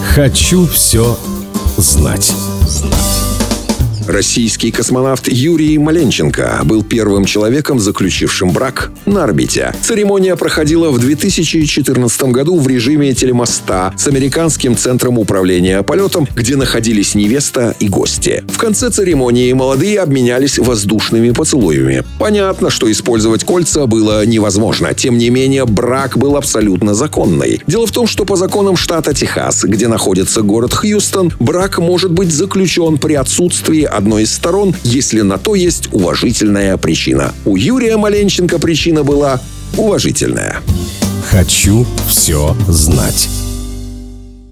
Хочу все знать. Российский космонавт Юрий Маленченко был первым человеком, заключившим брак на орбите. Церемония проходила в 2014 году в режиме телемоста с американским центром управления полетом, где находились невеста и гости. В конце церемонии молодые обменялись воздушными поцелуями. Понятно, что использовать кольца было невозможно. Тем не менее, брак был абсолютно законный. Дело в том, что по законам штата Техас, где находится город Хьюстон, брак может быть заключен при отсутствии одной из сторон, если на то есть уважительная причина. У Юрия Маленченко причина была уважительная. Хочу все знать.